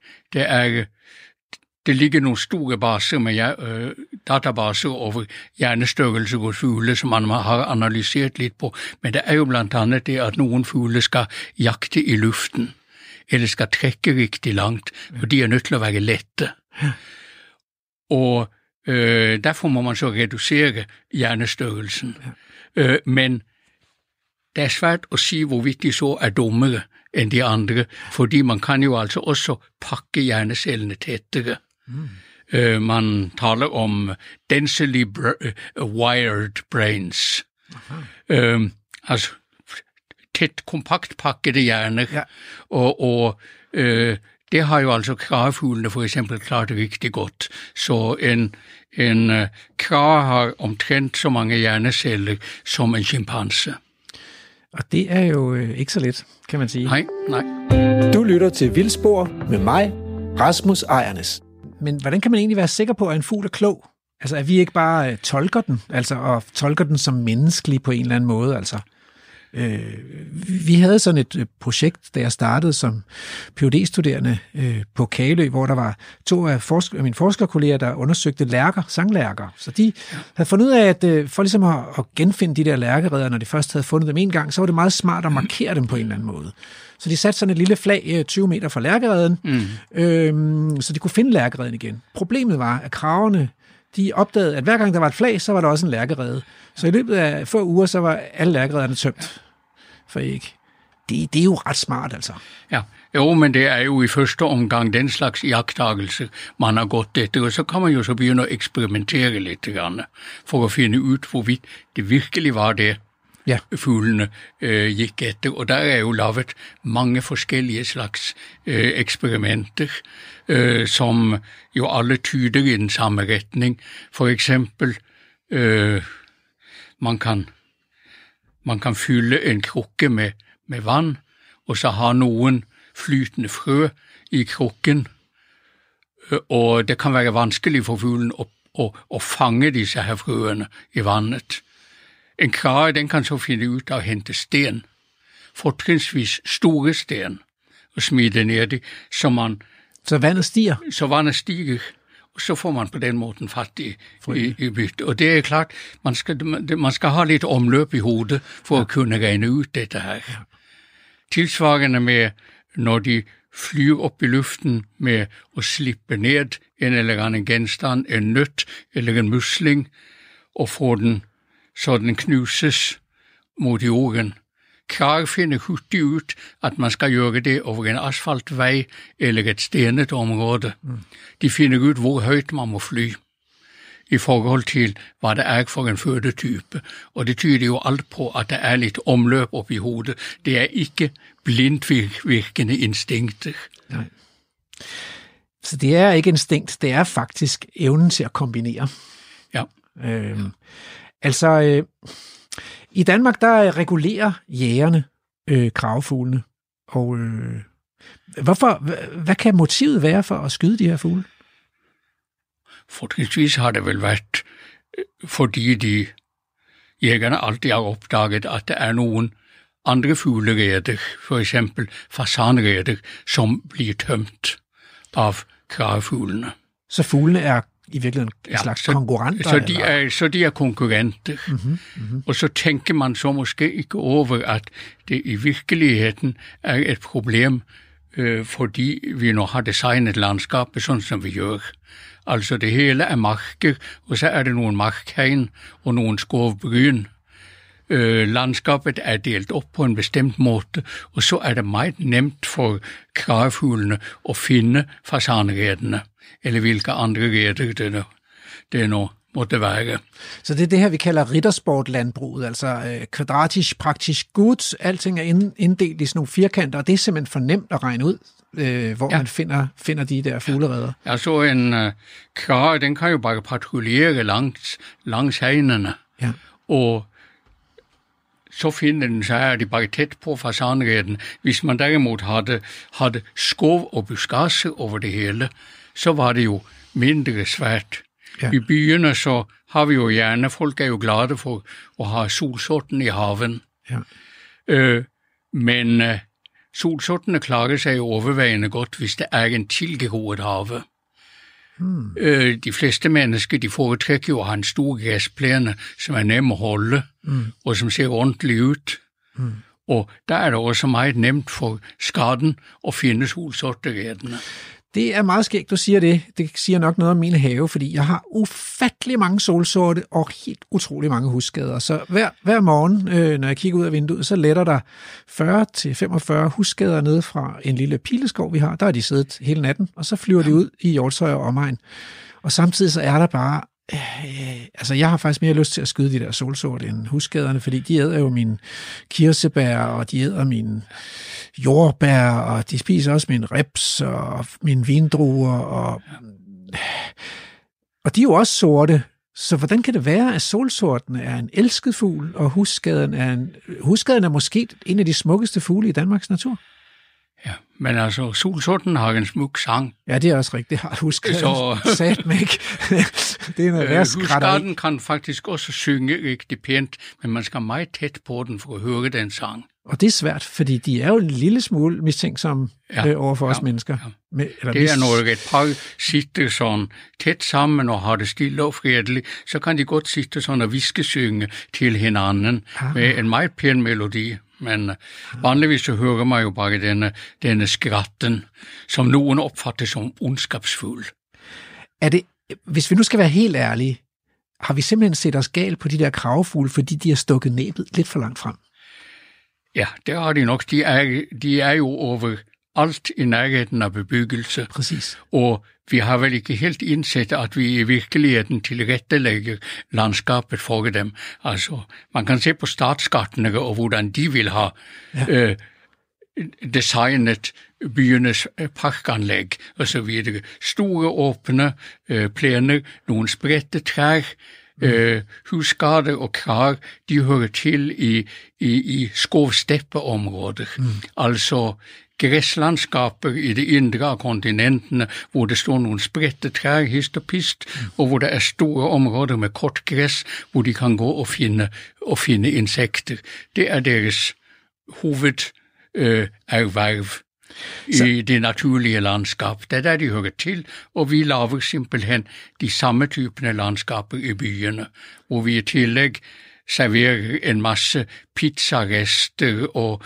Det ligger nogle store baser med databaser over hjernestørrelse hos fugle, som man har analyseret lidt på. Men det er jo blandt andet det, at nogle fugle skal jagte i luften, eller skal trække rigtig langt, for de er nødt til at være lette. Ja. Og derfor må man så reducere hjernestørrelsen. Ja. Men det er svært at sige, hvorvidt de så er dummere end de andre, fordi man kan jo altså også pakke hjernecellene tættere. Man taler om densely wired brains. Altså tæt kompakt pakkede hjerner. Ja. Og det har jo altså kragefuglene for eksempel klart rigtig godt. Så en krage har omtrent så mange hjerneceller som en chimpanse. Og det er jo ikke så let, kan man sige. Nej. Du lytter til Vildspor med mig, Rasmus Ejernes. Men hvordan kan man egentlig være sikker på, at en fugl er klog? Altså, at vi ikke bare tolker den, altså, og tolker den som menneskelig på en eller anden måde, altså. Vi havde sådan et projekt, da jeg startede som Ph.D.-studerende på Kalø, hvor der var to af mine forskerkolleger, der undersøgte lærker, sanglærker. Så de havde fundet ud af, at for ligesom at genfinde de der lærkereder, når de først havde fundet dem en gang, så var det meget smart at markere dem på en eller anden måde. Så de satte sådan et lille flag 20 meter fra lærkereden, så de kunne finde lærkereden igen. Problemet var, at kragerne, de opdagede, at hver gang der var et flag, så var der også en lærkerede. Så i løbet af få uger, så var alle lærkerederne tømt for æg. Det er jo ret smart, altså. Ja, jo, men det er jo i første omgang den slags jagttagelse, man har gått efter, og så kan man jo så begynde at eksperimentere lidt grann, for at finde ud, hvorvidt det virkelig var det, fuglene gik efter. Og der er jo lavet mange forskellige slags eksperimenter, som jo alle tyder i den samme retning. For eksempel, man kan fylde en krukke med vand, og så har nogen flytende frø i krukken, og det kan være vanskeligt for fuglen at fange disse her frøene i vandet. En krage, den kan så finde ud af at hente sten, fortrinsvis store sten, og smide ned det, så vandet stiger? Så vandet stiger, og så får man på den måten fat i bytte. Og det er klart, man skal have lidt omløb i hovedet, for at kunne regne ud dette her. Ja. Tilsvarende med, når de flyver op i luften med at slippe ned en eller anden genstand, en nødt eller en musling, og få den så den knuses mod jorden. Krag finder hurtigt ud, at man skal gøre det over en asfaltvej eller et stenet område. De finder ud, hvor højt man må fly i forhold til, hvad det er for en fødetype. Og det tyder jo alt på, at der er lidt omløb op i hovedet. Det er ikke blindvirkende instinkter. Nej. Så det er ikke instinkt, det er faktisk evnen til at kombinere. Ja. I Danmark, der regulerer jægerne kragefuglene. Og hvad kan motivet være for at skyde de her fugle? Fortrinsvis har det vel været, fordi jægerne altid har opdaget, at der er nogle andre fugleræder, for eksempel fasanræder, som bliver tømt af kragefuglene. Så fuglene er i virkeligheden en slags konkurrenter? Så de er konkurrenter. Og så tænker man så måske ikke over, at det i virkeligheden er et problem, fordi vi nu har designet landskabet sådan, som vi gør. Altså det hele er marker, og så er det nogle markhegn og nogle skovbryn. Landskabet er delt op på en bestemt måde, og så er det meget nemt for kragefuglene at finde fasanræderne, eller hvilke andre ræder det nu måtte være. Så det er det her, vi kalder riddersportlandbruget, altså kvadratisk, praktisk gut, alting er inddelt i sådan nogle firkanter, og det er simpelthen for nemt at regne ud, hvor man finder de der fuglereder. Ja, så en krage, den kan jo bare patruljere langs hegnene, og så finder den sig, at de bare tæt på fasanræden. Hvis man derimod havde skov og buskage over det hele, så var det jo mindre svært. Ja. I byerne så har vi jo gerne, folk er jo glade for at have solsorten i haven. Ja. Men solsortene klarer sig jo overvejende godt, hvis det er en tilgroet have. De fleste mennesker, de foretrækker jo at have en stor græsplæne, som er nem at holde, og som ser ordentligt ud. Og der er det også meget nemt for skaden at finde solsorteræderne. Det er meget skægt, du siger det. Det siger nok noget om min have, fordi jeg har ufattelig mange solsorte og helt utrolig mange husskader. Så hver morgen, når jeg kigger ud af vinduet, så letter der 40-45 husskader ned fra en lille pileskov, vi har. Der er de siddet hele natten, og så flyver de ud i Hjortshøj og omegn. Og samtidig så er der bare... jeg har faktisk mere lyst til at skyde de der solsorte end husskaderne, fordi de æder jo mine kirsebær, og de æder mine jordbær, og de spiser også mine reps og mine vindruer, og de er jo også sorte. Så hvordan kan det være, at solsorten er en elsket fugl, og husskaden er måske en af de smukkeste fugle i Danmarks natur? Ja, men altså, solsorten har en smuk sang. Ja, det er også rigtigt. Det har husskaden sat mig ikke. Det er noget værst skrætter. Husskaden kan faktisk også synge rigtig pænt, men man skal meget tæt på den for at høre den sang. Og det er svært, fordi de er jo en lille smule mistænksomme over for os mennesker. Ja. Det er når et par sitter sådan tæt sammen og har det stille og fredeligt, så kan de godt sitte sådan og viskesynge til hinanden med en meget pæn melodi. Men vanligvis så hører man jo bare denne skratten, som nogen opfatter som ondskabsfuld. Hvis vi nu skal være helt ærlige, har vi simpelthen set os galt på de der kragefugle, fordi de har stukket næbet lidt for langt frem? Ja, det har de nok. De er jo over alt i nærheden af bebyggelse. Præcis. Og vi har vel ikke helt indset, at vi i virkeligheden tilrettelægger landskabet for dem. Altså, man kan se på statsskattene og hvordan de vil have designet byernes parkanlæg og så videre. Store åbne plæner, nogle spredte træer, husskader og krag, de hører til i skovsteppeområder. Altså græslandskaber i det indre af kontinentene, hvor det står nogle spredte træer hist og pist, og hvor der er store områder med kort græs, hvor de kan gå og finde insekter. Det er deres hovederhverv i det naturlige landskab. Det er der, de hører til, og vi laver simpelthen de samme typer landskaber i byerne, hvor vi i tillæg serverer en masse pizzarester og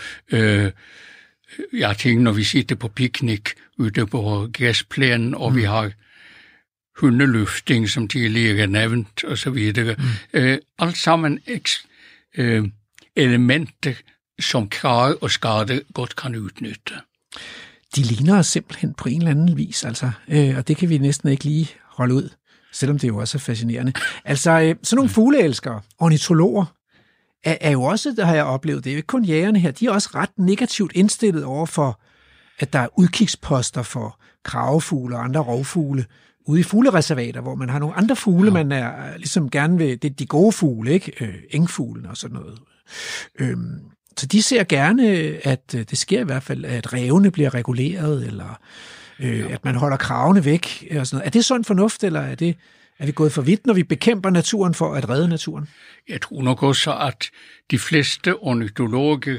ting, når vi sitter på piknik ude på græsplænen, og vi har hundelufting, som tidligere nævnt, og så videre. Alt sammen elementer, som krage og skade godt kan udnytte. De ligner os simpelthen på en eller anden vis, altså, og det kan vi næsten ikke lige holde ud, selvom det jo også er fascinerende. Altså, sådan nogle fugleelskere, ornitologer, er jo også, der har jeg oplevet, det er jo ikke kun jægerne her, de er også ret negativt indstillet over for, at der er udkigsposter for kragefugle og andre rovfugle ude i fuglereservater, hvor man har nogle andre fugle, man er ligesom gerne vil, det er de gode fugle, ikke? Engfuglen og sådan noget. Så de ser gerne, at det sker i hvert fald, at rævene bliver reguleret, eller at man holder kragene væk, og sådan noget. Er det sund fornuft, eller er vi gået for vidt, når vi bekæmper naturen for at redde naturen? Jeg tror nok også, at de fleste ornitologer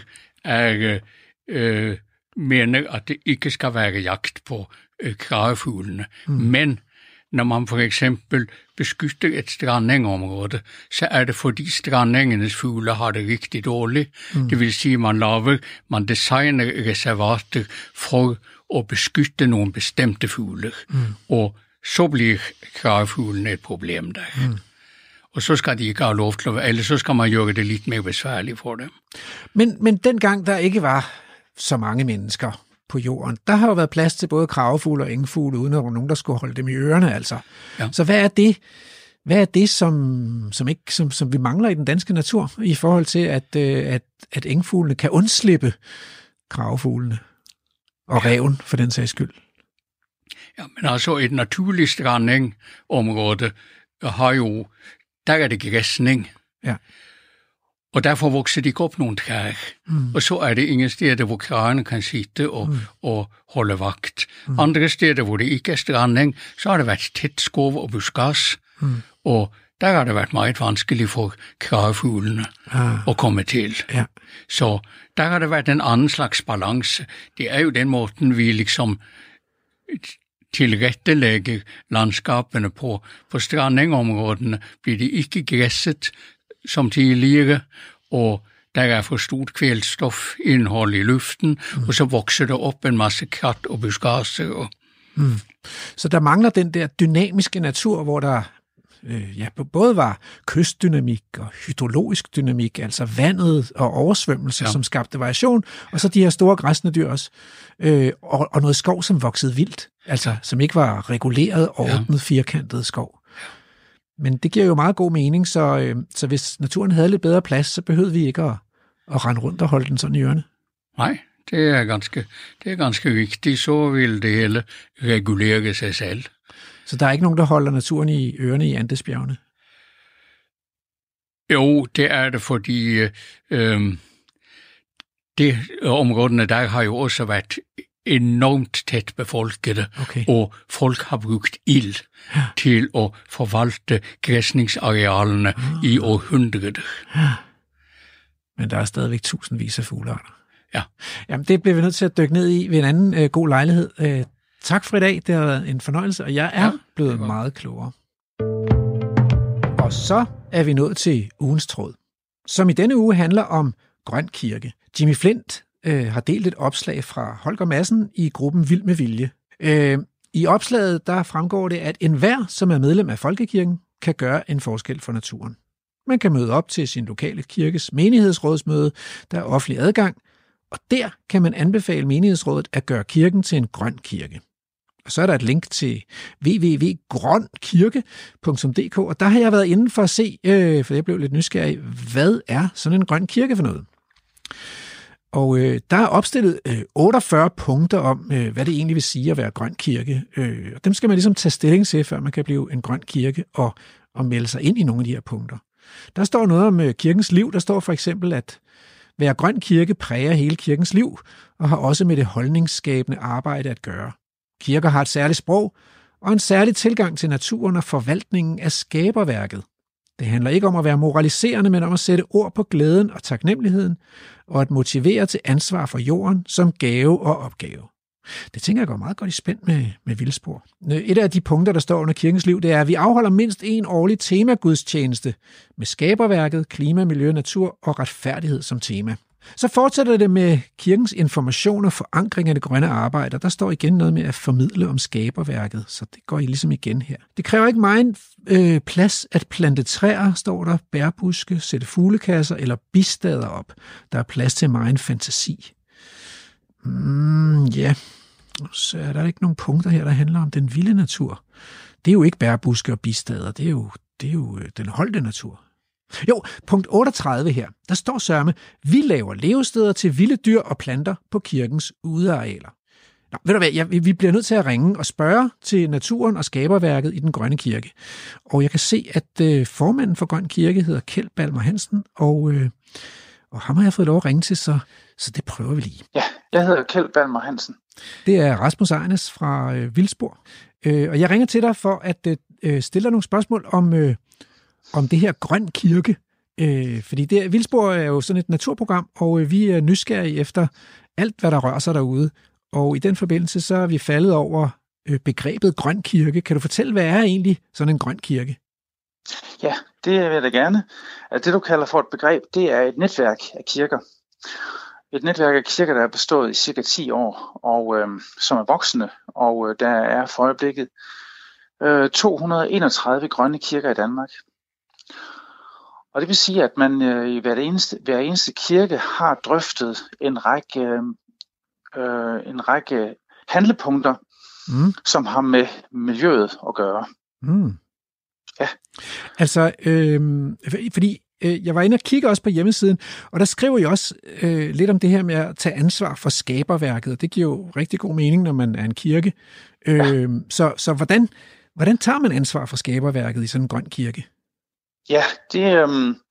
mener, at det ikke skal være jagt på kragefuglene. Men når man for eksempel beskytter et strandengområde, så er det fordi strandingenes fugle har det rigtig dårligt. Det vil sige, man designer reservater for at beskytte nogle bestemte fugle. Og så bliver kragefuglen et problem der. Og så skal de ikke have lov til at, eller så skal man gøre det lidt mere besværligt for dem. Men dengang der ikke var så mange mennesker på jorden, der har jo været plads til både kragefugle og engfugle, uden at der var nogen, der skulle holde dem i ørerne, altså. Ja. Så hvad er det, som vi mangler i den danske natur, i forhold til, at engfuglene kan undslippe kragefuglene og ræven, for den sags skyld? Ja, men altså et naturligt strandengområde der er det græsning. Ja. Og derfor vokser de op nogle træer. Og så er det ingen steder, hvor kragene kan sitte og holde vagt. Andre steder, hvor det ikke er strandeng, så har det været tæt skov og buskas. Og der har det været meget vanskeligt for kragefuglene at komme til. Ja. Så der har det været en anden slags balance. Det er jo den måten, vi ligesom tilrettelægger landskabene på. På strandengområdene bliver de ikke græsset som tidligere, og der er for stort kvælstofindhold i luften, og så vokser der op en masse krat og buskager. Så der mangler den der dynamiske natur, hvor der både var kystdynamik og hydrologisk dynamik, altså vandet og oversvømmelser, som skabte variation, og så de her store græsne dyr også, og noget skov, som voksede vildt, altså som ikke var reguleret, ordnet, firkantet skov. Men det giver jo meget god mening, så hvis naturen havde lidt bedre plads, så behøvede vi ikke at rende rundt og holde den sådan i ørerne. Nej, det er ganske vigtigt. Så vil det hele regulere sig selv. Så der er ikke nogen, der holder naturen i ørerne i Andesbjergene? Jo, det er det, fordi det områdene der har jo også været enormt tæt befolkede, og folk har brugt ild til at forvalte græsningsarealerne i århundreder. Men der er stadigvæk tusindvis af fuglearter. Ja. Jamen, det bliver vi nødt til at dykke ned i ved en anden god lejlighed. Tak for i dag. Det har været en fornøjelse, og jeg er blevet meget klogere. Og så er vi nået til ugens tråd, som i denne uge handler om Grøn Kirke. Jimmy Flint har delt et opslag fra Holger Madsen i gruppen Vild med Vilje. I opslaget der fremgår det, at enhver, som er medlem af Folkekirken, kan gøre en forskel for naturen. Man kan møde op til sin lokale kirkes menighedsrådsmøde, der er offentlig adgang, og der kan man anbefale menighedsrådet at gøre kirken til en grøn kirke. Og så er der et link til www.grønkirke.dk, og der har jeg været inde for at se, for jeg blev lidt nysgerrig, hvad er sådan en grøn kirke for noget? Og der er opstillet 48 punkter om, hvad det egentlig vil sige at være grøn kirke. Og dem skal man ligesom tage stilling til, før man kan blive en grøn kirke og melde sig ind i nogle af de her punkter. Der står noget om kirkens liv. Der står for eksempel, at være grøn kirke præger hele kirkens liv, og har også med det holdningsskabende arbejde at gøre. Kirker har et særligt sprog, og en særlig tilgang til naturen og forvaltningen af skaberværket. Det handler ikke om at være moraliserende, men om at sætte ord på glæden og taknemmeligheden, og at motivere til ansvar for jorden som gave og opgave. Det tænker jeg går meget godt i spænd med Vildspor. Et af de punkter, der står under kirkens liv, det er, at vi afholder mindst en årlig temagudstjeneste med skaberværket, klima, miljø, natur og retfærdighed som tema. Så fortsætter det med kirkens information og forankring af det grønne arbejde. Der står igen noget med at formidle om skaberværket, så det går I ligesom igen her. Det kræver ikke meget plads at plante træer, står der, bærbuske, sætte fuglekasser eller bistader op. Der er plads til meget fantasi. Ja, så er der ikke nogen punkter her, der handler om den vilde natur. Det er jo ikke bærbuske og bistader, det er jo den holdte natur. Jo, punkt 38 her, der står sørme, vi laver levesteder til vilde dyr og planter på kirkens udearealer. Nå, ved du hvad, vi bliver nødt til at ringe og spørge til naturen og skaberværket i den grønne kirke. Og jeg kan se, at formanden for Grøn Kirke hedder Kjeld Balmer Hansen, og ham har jeg fået lov at ringe til, så det prøver vi lige. Ja, jeg hedder Kjeld Balmer Hansen. Det er Rasmus Ejnes fra Vildspor. Og jeg ringer til dig for at stille dig nogle spørgsmål om det her Grøn Kirke. Fordi Vildspor er jo sådan et naturprogram, og vi er nysgerrige efter alt, hvad der rører sig derude. Og i den forbindelse, så er vi faldet over begrebet Grøn Kirke. Kan du fortælle, hvad er egentlig sådan en Grøn Kirke? Ja, det vil jeg da gerne. Det, du kalder for et begreb, det er et netværk af kirker. Et netværk af kirker, der er bestået i cirka 10 år, og som er voksende. Og der er for øjeblikket 231 grønne kirker i Danmark. Og det vil sige, at man i hver eneste kirke har drøftet en række handlepunkter, som har med miljøet at gøre. Ja. Altså, fordi jeg var inde og kigge også på hjemmesiden, og der skriver jeg også lidt om det her med at tage ansvar for skaberværket, og det giver jo rigtig god mening, når man er en kirke. Ja. Så hvordan tager man ansvar for skaberværket i sådan en grøn kirke? Ja, det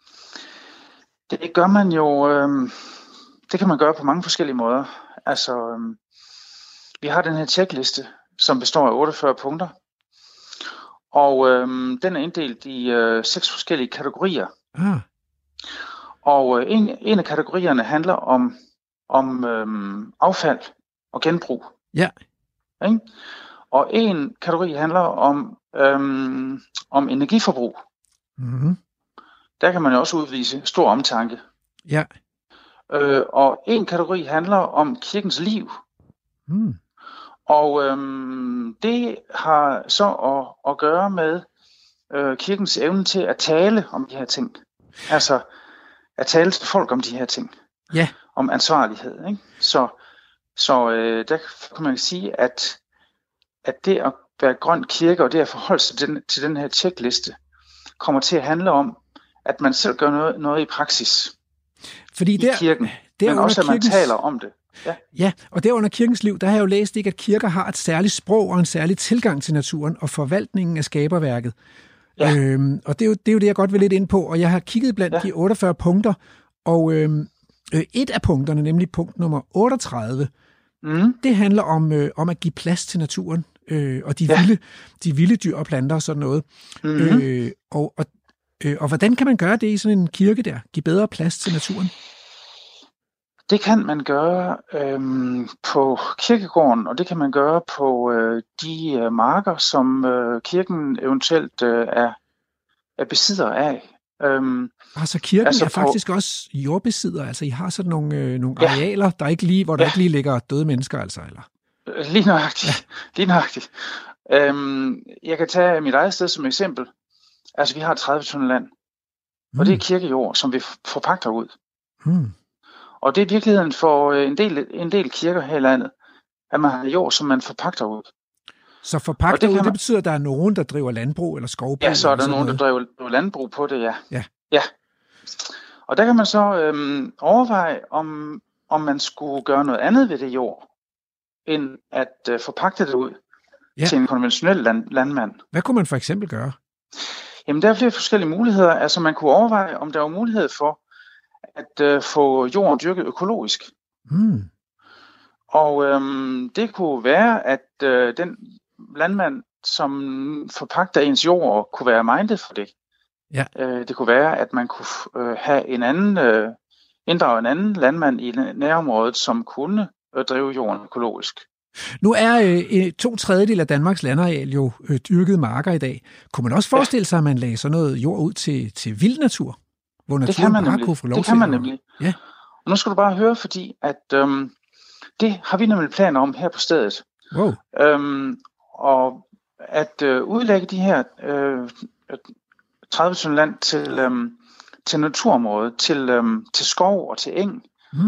gør man jo, det kan man gøre på mange forskellige måder. Altså, vi har den her checkliste, som består af 48 punkter, og den er inddelt i 6 forskellige kategorier. Og en af kategorierne handler om affald og genbrug. Ja. Ikke? Og en kategori handler om energiforbrug. Mm-hmm. Der kan man jo også udvise stor omtanke. Ja. Og en kategori handler om kirkens liv. Og det har så at gøre med kirkens evne til at tale om de her ting. Altså at tale til folk om de her ting. Ja. Om ansvarlighed. Ikke? Så der kan man sige, at det at være grøn kirke og det at forholde sig til den her checkliste kommer til at handle om, at man selv gør noget i praksis. Fordi i kirken, men også at man taler om det. Ja, og der under kirkens liv, der har jeg jo læst ikke, at kirker har et særligt sprog og en særlig tilgang til naturen og forvaltningen af skaberværket. Ja. Og det er jo det, jeg godt vil lidt ind på, og jeg har kigget blandt de 48 punkter, og et af punkterne, nemlig punkt nummer 38, det handler om at give plads til naturen og de vilde dyr og planter og sådan noget. Og hvordan kan man gøre det i sådan en kirke der? Give bedre plads til naturen? Det kan man gøre på kirkegården, og det kan man gøre på de marker, som kirken eventuelt er besidder af. Altså kirken er faktisk også jordbesidder, altså I har sådan nogle arealer, der ikke lige, hvor der ikke lige ligger døde mennesker, altså, eller? Lige nøjagtigt. Ja. Lige nøjagtigt. Jeg kan tage mit eget sted som eksempel. Altså vi har 30 tønder land, og det er kirkejord, som vi forpagter ud. Og det er virkeligheden for en del kirker her i landet, at man har jord, som man forpagter ud. Så forpagter ud, det betyder, at der er nogen, der driver landbrug eller skovbrug? Ja, så er der nogen, der driver landbrug på det, ja. Og der kan man så overveje, om man skulle gøre noget andet ved det jord, end at forpagte det ud til en konventionel landmand. Hvad kunne man for eksempel gøre? Jamen, der er flere forskellige muligheder. Altså, man kunne overveje, om der var mulighed for at få jorden dyrket økologisk. Og det kunne være, at den landmand, som forpagter ens jord, kunne være minded for det. Ja. Det kunne være, at man kunne have inddrage en anden landmand i nærområdet, som kunne drive jorden økologisk. Nu er 2/3 af Danmarks landareal jo dyrket marker i dag. Kunne man også forestille sig, at man lagde sådan noget jord ud til vild natur? Hvor naturen bare kunne få lov til. Det kan man nemlig. Ja. Og nu skal du bare høre, fordi at det har vi nemlig planer om her på stedet. Wow. Og at udlægge de her 30 tønder land til naturområde, til skov og til eng,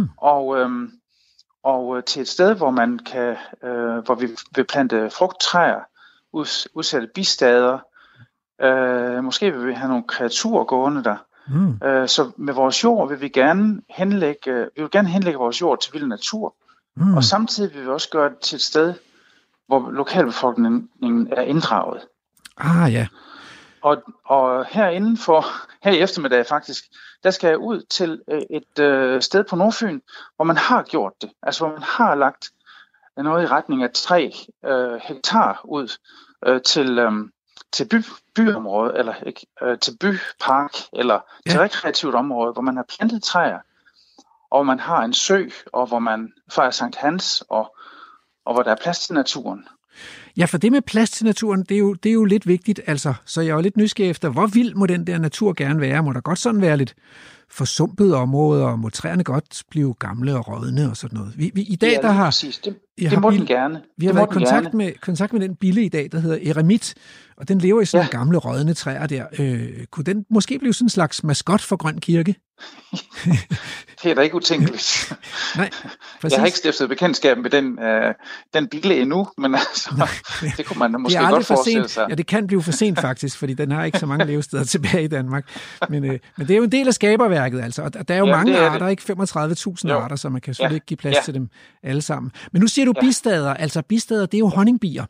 og til et sted, hvor man kan, hvor vi vil plante frugttræer, udsætte bistader. Måske vil vi have nogle kreaturer gående der. Så med vores jord vil vi gerne henlægge vores jord til vild natur, og samtidig vil vi også gøre det til et sted, hvor lokalbefolkningen er inddraget. Ja. Og her i eftermiddag faktisk, der skal jeg ud til et sted på Nordfyn, hvor man har gjort det. Altså hvor man har lagt noget i retning af 3 hektar ud til byområde, eller til bypark, eller til rekreativt område, hvor man har plantet træer, og hvor man har en sø, og hvor man fejrer Sankt Hans, og hvor der er plads til naturen. Ja, for det med plads til naturen, det er jo lidt vigtigt, altså. Så jeg er jo lidt nysgerrig efter, hvor vild må den der natur gerne være? Må der godt sådan være lidt forsumpede områder, og må træerne godt blive gamle og rådne og sådan noget? I dag, der har... Præcis. Det må den gerne. Vi har været i kontakt med den bille i dag, der hedder Eremit, og den lever i sådan gamle rådne træer der. Kunne den måske blive sådan en slags maskot for Grøn Kirke? Det er da ikke utænkeligt. Nej, præcis. Jeg har ikke stiftet bekendtskab med den bille endnu, men altså, det kunne man da måske godt forestille sig. Ja, det kan blive for sent faktisk, fordi den har ikke så mange levesteder tilbage i Danmark. Men det er jo en del af skaberværket, altså. Og der er jo mange arter, ikke 35.000 arter, så man kan selvfølgelig ikke give plads til dem alle sammen. Men nu siger du bistader. Altså bistader, det er jo honningbier.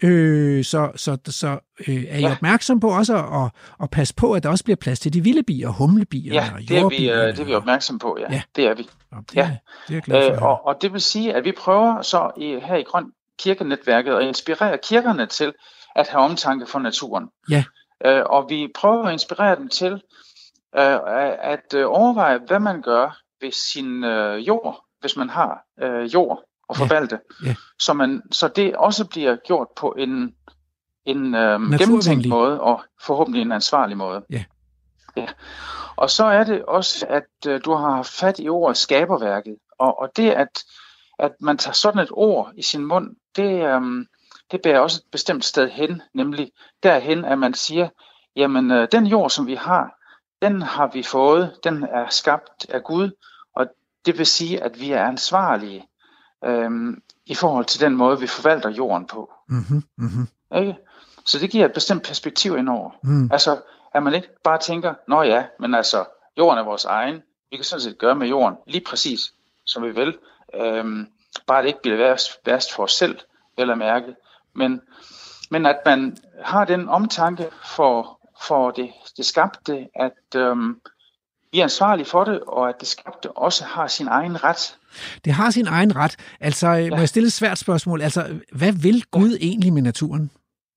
Så er I opmærksom på også at passe på, at der også bliver plads til de vilde bier, humlebier? Ja, det er vi opmærksom på, ja. Det er vi. Det er jeg glad for. Og det vil sige, at vi prøver så her i Grøn Kirke-netværket at inspirere kirkerne til at have omtanke for naturen. Ja. Og vi prøver at inspirere dem til at overveje, hvad man gør ved sin jord, hvis man har jord at forvalte. Ja. Så det også bliver gjort på en gennemtænkt måde, og forhåbentlig en ansvarlig måde. Ja. Og så er det også, at du har fat i ordet skaberværket. Og det, at man tager sådan et ord i sin mund, det bærer også et bestemt sted hen, nemlig derhen, at man siger, jamen den jord, som vi har, den har vi fået, den er skabt af Gud, og det vil sige, at vi er ansvarlige i forhold til den måde, vi forvalter jorden på. Ikke? Så det giver et bestemt perspektiv indover. Altså, at man ikke bare tænker, nå ja, men altså, jorden er vores egen. Vi kan sådan set gøre med jorden lige præcis, som vi vil. Bare det ikke bliver værst for os selv, vel at mærke. Men at man har den omtanke for det skabte, at vi er ansvarlige for det, og at det skabte også har sin egen ret. Det har sin egen ret. Altså, må jeg stille et svært spørgsmål? Altså, hvad vil Gud egentlig med naturen?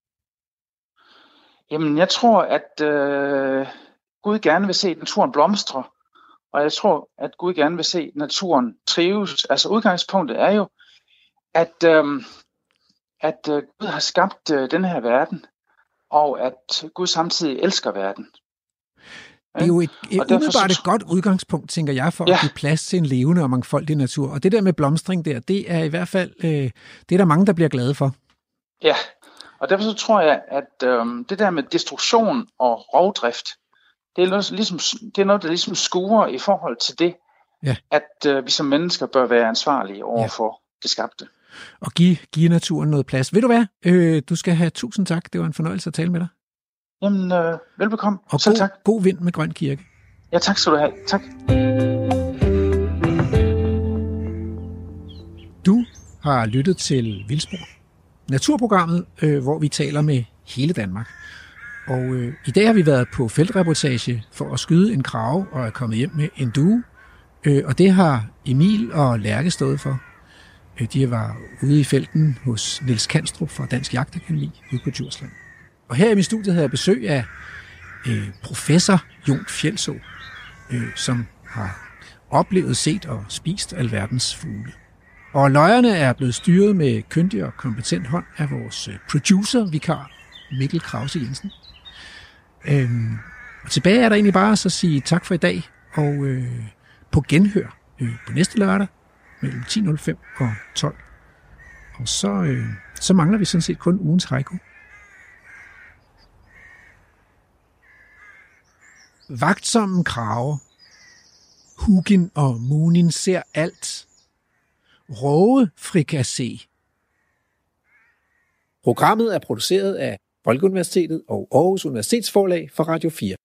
Jamen, jeg tror, at Gud gerne vil se naturen blomstre, og jeg tror, at Gud gerne vil se naturen trives. Altså, udgangspunktet er jo, at Gud har skabt den her verden, og at Gud samtidig elsker verden. Det er jo umiddelbart et godt udgangspunkt, tænker jeg, for at give plads til en levende og mangfoldig natur. Og det der med blomstring der, det er i hvert fald, det er der mange, der bliver glade for. Ja, og derfor så tror jeg, at det der med destruktion og rovdrift, det er noget, der ligesom skuer i forhold til det, at vi som mennesker bør være ansvarlige overfor det skabte. Og give naturen noget plads. Ved du hvad? Du skal have 1000 tak. Det var en fornøjelse at tale med dig. Jamen, velbekomme. Og god vind med Grøn Kirke. Ja, tak skal du have. Tak. Du har lyttet til Vildspor, naturprogrammet, hvor vi taler med hele Danmark. Og i dag har vi været på feltreportage for at skyde en krage og er kommet hjem med en due. Og det har Emil og Lærke stået for. De var ude i felten hos Niels Kanstrup fra Dansk Jagtakademi ude på Djursland. Og her i mit studie havde jeg besøg af professor Jon Fjeldså, som har oplevet, set og spist alverdens fugle. Og løjerne er blevet styret med kyndig og kompetent hånd af vores producer-vikar Mikkel Krause Jensen. Og tilbage er der egentlig bare at sige tak for i dag, og på genhør på næste lørdag mellem 10.05 og 12. Og så mangler vi sådan set kun ugens haiku. Vagtsomme krage. Hugin og Munin ser alt. Råge frikassé. Programmet er produceret af Folkeuniversitetet og Aarhus Universitetsforlag for Radio 4.